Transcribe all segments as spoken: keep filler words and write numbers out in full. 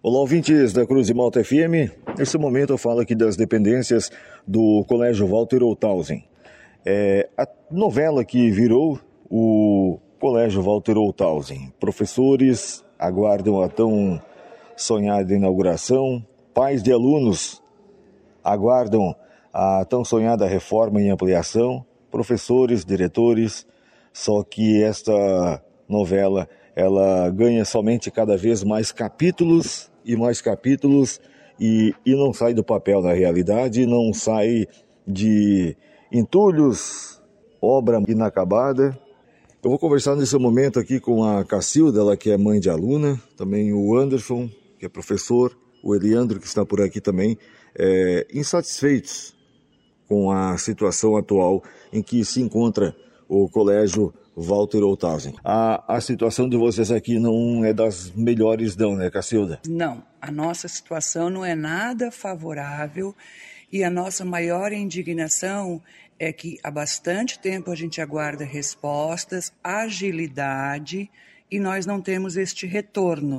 Olá, ouvintes da Cruz de Malta F M. Nesse momento eu falo aqui das dependências do Colégio Walter Holthausen. É a novela que virou o Colégio Walter Holthausen. Professores aguardam a tão sonhada inauguração, pais de alunos aguardam a tão sonhada reforma e ampliação, professores, diretores, só que esta novela ela ganha somente cada vez mais capítulos e mais capítulos e, e não sai do papel na realidade, não sai de entulhos, obra inacabada. Eu vou conversar nesse momento aqui com a Cacilda, ela que é mãe de aluna, também o Anderson, que é professor, o Eliandro, que está por aqui também, é, insatisfeitos com a situação atual em que se encontra o Colégio Walter Holthausen. A, a situação de vocês aqui não é das melhores não, né, Cacilda? Não, a nossa situação não é nada favorável e a nossa maior indignação é que há bastante tempo a gente aguarda respostas, agilidade e nós não temos este retorno.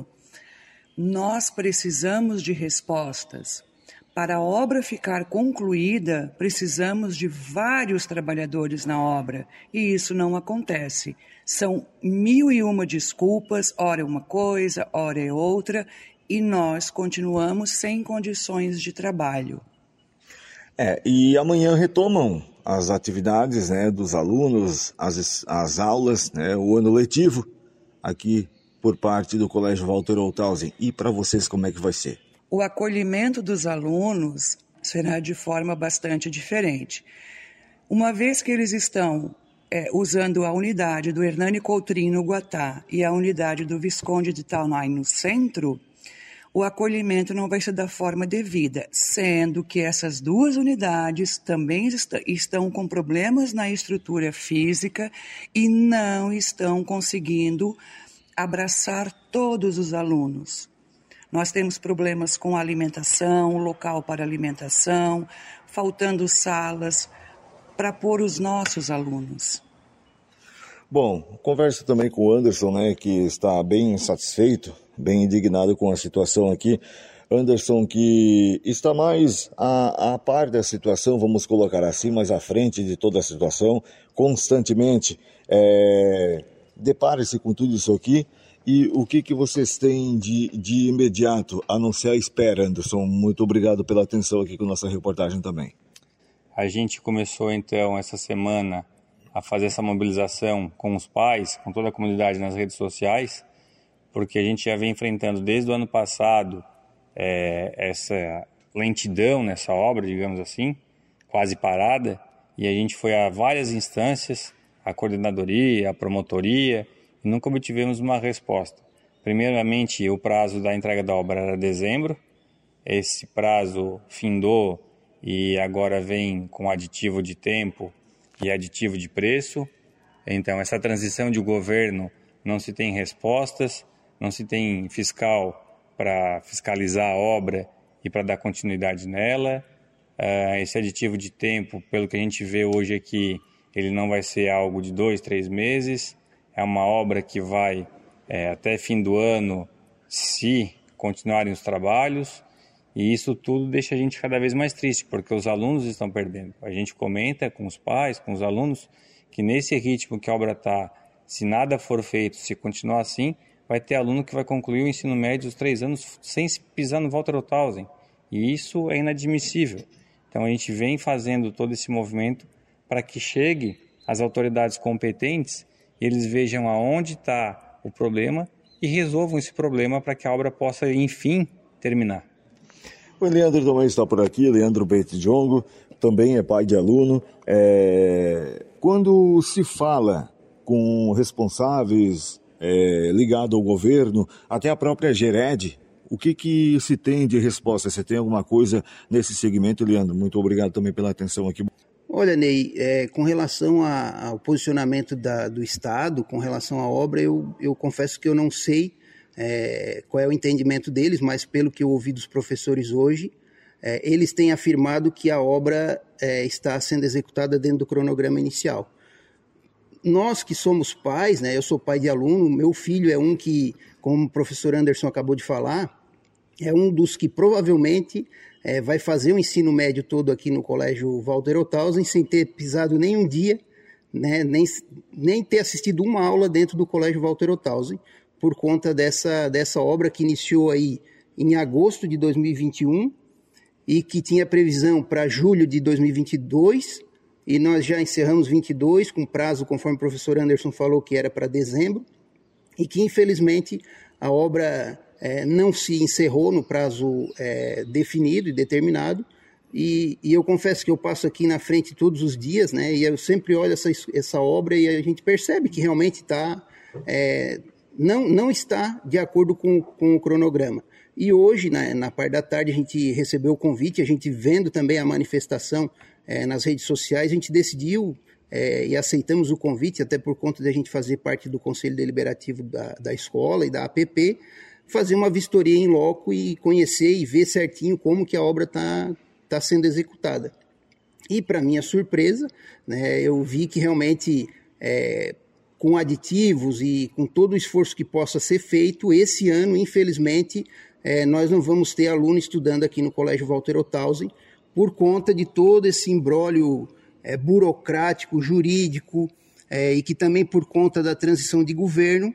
Nós precisamos de respostas. Para a obra ficar concluída, precisamos de vários trabalhadores na obra, e isso não acontece. São mil e uma desculpas, ora é uma coisa, ora é outra, e nós continuamos sem condições de trabalho. É, e amanhã retomam as atividades, né, dos alunos, as, as aulas, né, o ano letivo aqui por parte do Colégio Walter Holthausen. E para vocês como é que vai ser? O acolhimento dos alunos será de forma bastante diferente. Uma vez que eles estão é, usando a unidade do Hernani Coutrinho no Guatá e a unidade do Visconde de Taunay no centro, o acolhimento não vai ser da forma devida, sendo que essas duas unidades também est- estão com problemas na estrutura física e não estão conseguindo abraçar todos os alunos. Nós temos problemas com a alimentação, local para alimentação, faltando salas para pôr os nossos alunos. Bom, converso também com o Anderson, né, que está bem insatisfeito, bem indignado com a situação aqui. Anderson, que está mais a, a par da situação, vamos colocar assim, mais à frente de toda a situação, constantemente é, depara-se com tudo isso aqui. E o que, que vocês têm de, de imediato a não ser a espera, Anderson? Muito obrigado pela atenção aqui com a nossa reportagem também. A gente começou então essa semana a fazer essa mobilização com os pais, com toda a comunidade nas redes sociais, porque a gente já vem enfrentando desde o ano passado é, essa lentidão nessa obra, digamos assim, quase parada, e a gente foi a várias instâncias, a coordenadoria, a promotoria, nunca obtivemos uma resposta. Primeiramente, o prazo da entrega da obra era dezembro. Esse prazo findou e agora vem com aditivo de tempo e aditivo de preço. Então, essa transição de governo não se tem respostas, não se tem fiscal para fiscalizar a obra e para dar continuidade nela. Esse aditivo de tempo, pelo que a gente vê hoje aqui, ele não vai ser algo de dois, três meses. É uma obra que vai é, até fim do ano, se continuarem os trabalhos, e isso tudo deixa a gente cada vez mais triste, porque os alunos estão perdendo. A gente comenta com os pais, com os alunos, que nesse ritmo que a obra está, se nada for feito, se continuar assim, vai ter aluno que vai concluir o ensino médio os três anos sem pisar no Walter Holthausen, e isso é inadmissível. Então a gente vem fazendo todo esse movimento para que chegue às autoridades competentes e eles vejam aonde está o problema e resolvam esse problema para que a obra possa, enfim, terminar. O Leandro também está por aqui, Leandro Betidjongo, também é pai de aluno. É... Quando se fala com responsáveis é, ligados ao governo, até a própria Gered, o que, que se tem de resposta? Você tem alguma coisa nesse segmento, Leandro? Muito obrigado também pela atenção aqui. Olha, Ney, é, com relação a, ao posicionamento da, do Estado, com relação à obra, eu, eu confesso que eu não sei é, qual é o entendimento deles, mas pelo que eu ouvi dos professores hoje, é, eles têm afirmado que a obra é, está sendo executada dentro do cronograma inicial. Nós que somos pais, né, eu sou pai de aluno, meu filho é um que, como o professor Anderson acabou de falar, é um dos que provavelmente é, vai fazer o ensino médio todo aqui no Colégio Walter Holthausen sem ter pisado nem um dia, né, nem, nem ter assistido uma aula dentro do Colégio Walter Holthausen, por conta dessa, dessa obra que iniciou aí em agosto de dois mil e vinte e um e que tinha previsão para julho de dois mil e vinte e dois, e nós já encerramos vinte e dois, com prazo, conforme o professor Anderson falou, que era para dezembro, e que infelizmente a obra é, não se encerrou no prazo é, definido e determinado, e, e eu confesso que eu passo aqui na frente todos os dias, né, e eu sempre olho essa, essa obra e a gente percebe que realmente está... É, Não, não está de acordo com, com o cronograma. E hoje, na, na parte da tarde, a gente recebeu o convite, a gente vendo também a manifestação é, nas redes sociais, a gente decidiu é, e aceitamos o convite, até por conta de a gente fazer parte do Conselho Deliberativo da, da escola e da A P P, fazer uma vistoria em loco e conhecer e ver certinho como que a obra está tá sendo executada. E, para minha surpresa, né, eu vi que realmente... É, com aditivos e com todo o esforço que possa ser feito, esse ano, infelizmente, é, nós não vamos ter aluno estudando aqui no Colégio Walter Holthausen por conta de todo esse imbróglio é, burocrático, jurídico, é, e que também por conta da transição de governo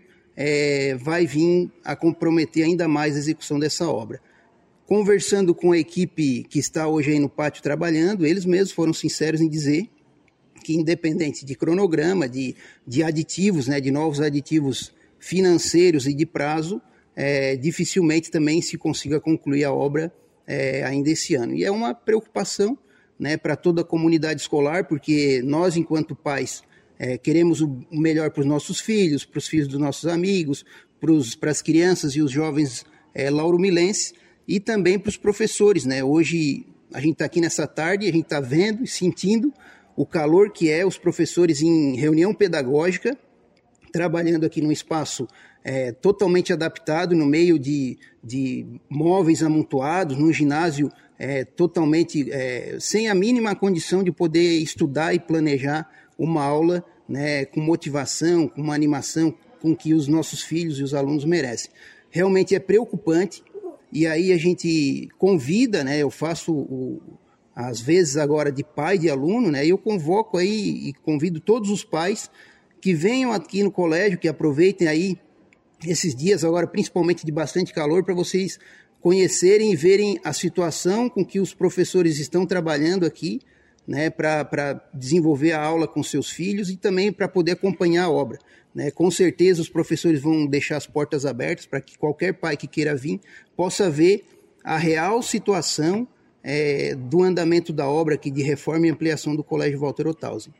é, vai vir a comprometer ainda mais a execução dessa obra. Conversando com a equipe que está hoje aí no pátio trabalhando, eles mesmos foram sinceros em dizer que independente de cronograma, de, de aditivos, né, de novos aditivos financeiros e de prazo, é, dificilmente também se consiga concluir a obra é, ainda esse ano. E é uma preocupação, né, para toda a comunidade escolar, porque nós, enquanto pais, é, queremos o melhor para os nossos filhos, para os filhos dos nossos amigos, para as crianças e os jovens é, lauromilenses, e também para os professores, né? Hoje a gente está aqui nessa tarde, a gente está vendo e sentindo o calor que é os professores em reunião pedagógica, trabalhando aqui num espaço é, totalmente adaptado, no meio de, de móveis amontoados, num ginásio é, totalmente é, sem a mínima condição de poder estudar e planejar uma aula, né, com motivação, com uma animação com que os nossos filhos e os alunos merecem. Realmente é preocupante, e aí a gente convida, né, eu faço o... às vezes agora de pai de aluno, né, eu convoco aí e convido todos os pais que venham aqui no colégio, que aproveitem aí esses dias agora, principalmente de bastante calor, para vocês conhecerem e verem a situação com que os professores estão trabalhando aqui, né, para desenvolver a aula com seus filhos e também para poder acompanhar a obra. Né? Com certeza os professores vão deixar as portas abertas para que qualquer pai que queira vir possa ver a real situação É, do andamento da obra aqui de reforma e ampliação do Colégio Walter Holthausen.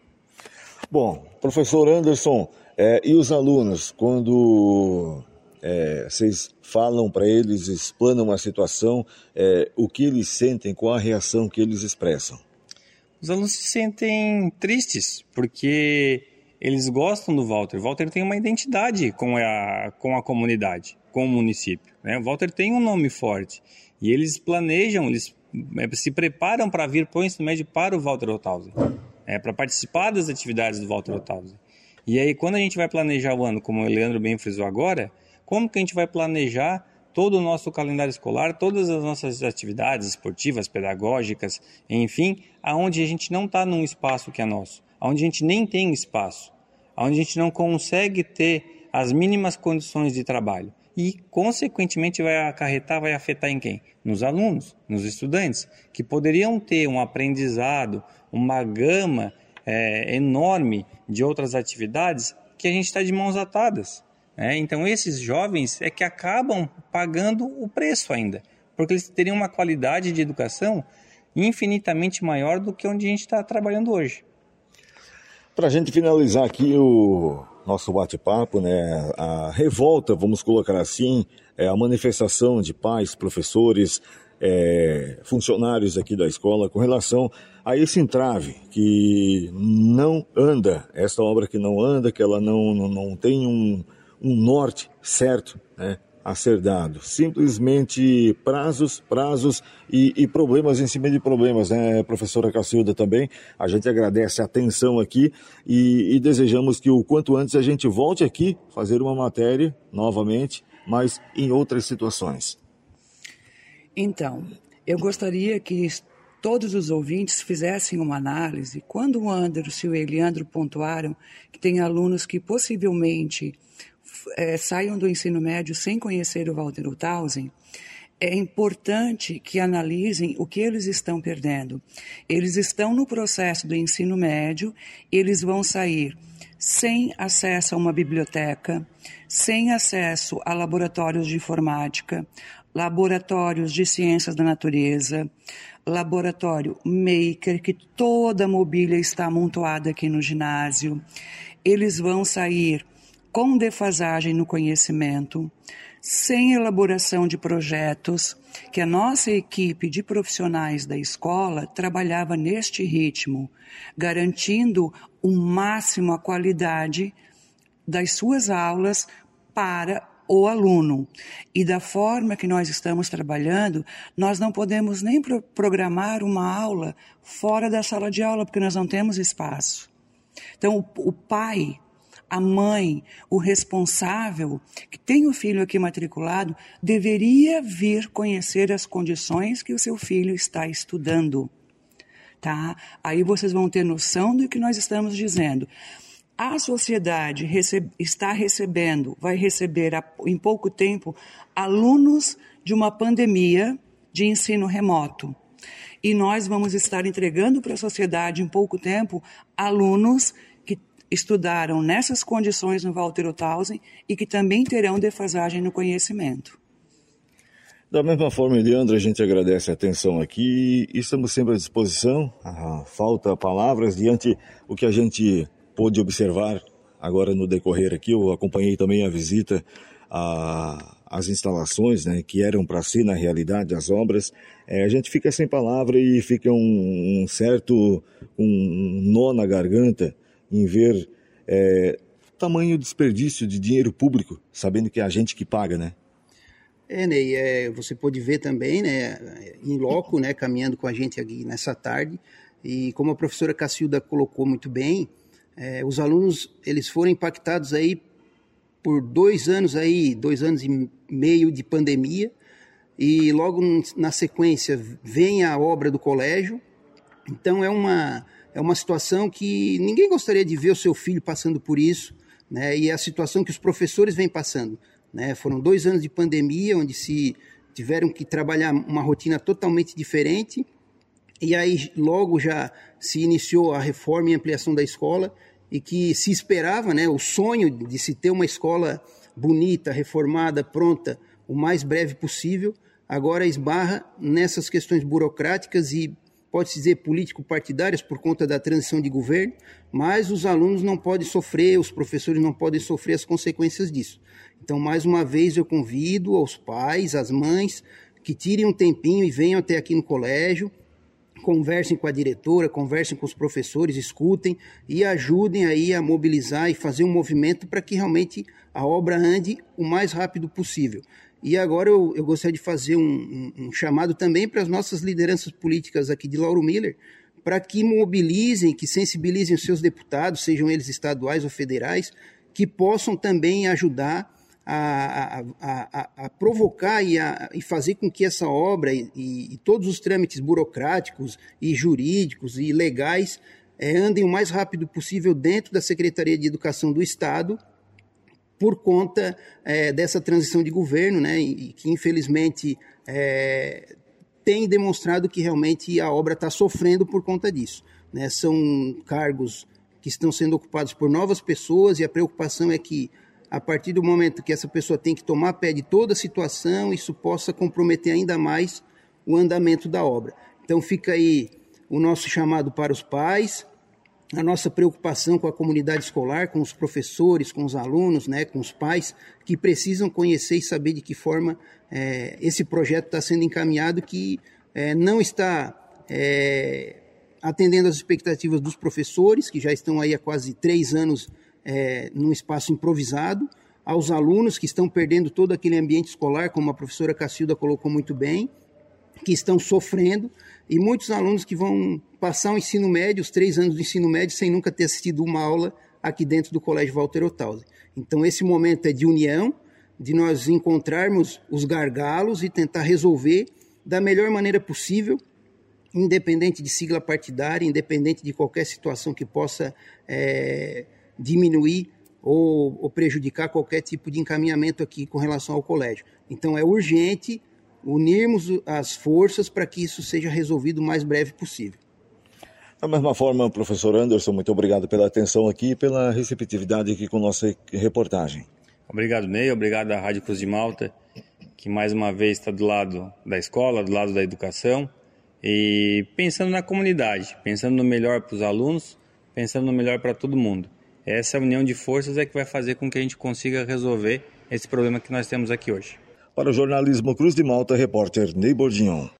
Bom, professor Anderson, é, e os alunos, quando é, vocês falam para eles, explanam a situação, é, o que eles sentem, qual a reação que eles expressam? Os alunos se sentem tristes, porque eles gostam do Walter. O Walter tem uma identidade com a, com a comunidade, com o município, né? O Walter tem um nome forte, e eles planejam, eles se preparam para vir para o ensino médio para o Walter Holthausen, é, para participar das atividades do Walter Holthausen. E aí, quando a gente vai planejar o ano, como o Leandro bem frisou agora, como que a gente vai planejar todo o nosso calendário escolar, todas as nossas atividades esportivas, pedagógicas, enfim, aonde a gente não está num espaço que é nosso, aonde a gente nem tem espaço, aonde a gente não consegue ter as mínimas condições de trabalho. E, consequentemente, vai acarretar, vai afetar em quem? Nos alunos, nos estudantes, que poderiam ter um aprendizado, uma gama é, enorme de outras atividades que a gente está de mãos atadas. Né? Então, esses jovens é que acabam pagando o preço ainda, porque eles teriam uma qualidade de educação infinitamente maior do que onde a gente está trabalhando hoje. Para a gente finalizar aqui o nosso bate-papo, né, a revolta, vamos colocar assim, é a manifestação de pais, professores, é, funcionários aqui da escola com relação a esse entrave que não anda, esta obra que não anda, que ela não, não, não tem um, um norte certo, né, a ser dado. Simplesmente prazos, prazos e, e problemas em cima de problemas, né, professora Cacilda também. A gente agradece a atenção aqui e, e desejamos que o quanto antes a gente volte aqui fazer uma matéria novamente, mas em outras situações. Então, eu gostaria que todos os ouvintes fizessem uma análise. Quando o Anderson e o Eliandro pontuaram que tem alunos que possivelmente é, saiam do ensino médio sem conhecer o Walter Uluthausen, é importante que analisem o que eles estão perdendo. Eles estão no processo do ensino médio, eles vão sair sem acesso a uma biblioteca, sem acesso a laboratórios de informática, laboratórios de ciências da natureza, laboratório maker, que toda a mobília está amontoada aqui no ginásio. Eles vão sair com defasagem no conhecimento, sem elaboração de projetos, que a nossa equipe de profissionais da escola trabalhava neste ritmo, garantindo o máximo a qualidade das suas aulas para o aluno. E da forma que nós estamos trabalhando, nós não podemos nem pro- programar uma aula fora da sala de aula, porque nós não temos espaço. Então, o, o pai, a mãe, o responsável, que tem o filho aqui matriculado, deveria vir conhecer as condições que o seu filho está estudando. Tá? Aí vocês vão ter noção do que nós estamos dizendo. A sociedade recebe, está recebendo, vai receber a, em pouco tempo, alunos de uma pandemia de ensino remoto. E nós vamos estar entregando para a sociedade, em pouco tempo, alunos que estudaram nessas condições no Walter Uluthausen e que também terão defasagem no conhecimento. Da mesma forma, Eliandro, a gente agradece a atenção aqui e estamos sempre à disposição. Ah, falta palavras diante do que a gente pôde observar agora no decorrer aqui. Eu acompanhei também a visita às instalações, né, que eram para ser, na realidade, as obras. É, a gente fica sem palavra e fica um, um certo um nó na garganta em ver é, tamanho desperdício de dinheiro público, sabendo que é a gente que paga, né? É, Ney, é, você pôde ver também, né, em loco, né, caminhando com a gente aqui nessa tarde, e como a professora Cacilda colocou muito bem, é, os alunos, eles foram impactados aí por dois anos aí, dois anos e meio de pandemia, e logo na sequência vem a obra do colégio. Então é uma, é uma situação que ninguém gostaria de ver o seu filho passando por isso, né, e é a situação que os professores vêm passando. Né? Foram dois anos de pandemia, onde se tiveram que trabalhar uma rotina totalmente diferente, e aí logo já se iniciou a reforma e ampliação da escola, e que se esperava, né, o sonho de se ter uma escola bonita, reformada, pronta, o mais breve possível, agora esbarra nessas questões burocráticas e, pode-se dizer, político-partidárias por conta da transição de governo, mas os alunos não podem sofrer, os professores não podem sofrer as consequências disso. Então, mais uma vez, eu convido aos pais, às mães, que tirem um tempinho e venham até aqui no colégio, conversem com a diretora, conversem com os professores, escutem e ajudem aí a mobilizar e fazer um movimento para que realmente a obra ande o mais rápido possível. E agora eu, eu gostaria de fazer um, um, um chamado também para as nossas lideranças políticas aqui de Lauro Miller, para que mobilizem, que sensibilizem os seus deputados, sejam eles estaduais ou federais, que possam também ajudar A, a, a, a provocar e, a, e fazer com que essa obra e, e, e todos os trâmites burocráticos e jurídicos e legais é, andem o mais rápido possível dentro da Secretaria de Educação do Estado, por conta é, dessa transição de governo, né, e, e que infelizmente é, tem demonstrado que realmente a obra está sofrendo por conta disso. Né? São cargos que estão sendo ocupados por novas pessoas e a preocupação é que a partir do momento que essa pessoa tem que tomar pé de toda a situação, isso possa comprometer ainda mais o andamento da obra. Então fica aí o nosso chamado para os pais, a nossa preocupação com a comunidade escolar, com os professores, com os alunos, né, com os pais, que precisam conhecer e saber de que forma é, esse projeto está sendo encaminhado, que é, não está é, atendendo às expectativas dos professores, que já estão aí há quase três anos É, num espaço improvisado, aos alunos que estão perdendo todo aquele ambiente escolar, como a professora Cacilda colocou muito bem, que estão sofrendo, e muitos alunos que vão passar o ensino médio, os três anos do ensino médio, sem nunca ter assistido uma aula aqui dentro do Colégio Walter Uluthausen. Então esse momento é de união, de nós encontrarmos os gargalos e tentar resolver da melhor maneira possível, independente de sigla partidária, independente de qualquer situação que possa é, diminuir ou, ou prejudicar qualquer tipo de encaminhamento aqui com relação ao colégio. Então é urgente unirmos as forças para que isso seja resolvido o mais breve possível. Da mesma forma, professor Anderson, muito obrigado pela atenção aqui e pela receptividade aqui com nossa reportagem. Obrigado, Ney, obrigado à Rádio Cruz de Malta, que mais uma vez está do lado da escola, do lado da educação, e pensando na comunidade, pensando no melhor para os alunos, pensando no melhor para todo mundo. Essa união de forças é que vai fazer com que a gente consiga resolver esse problema que nós temos aqui hoje. Para o jornalismo Cruz de Malta, repórter Ney Bordignon.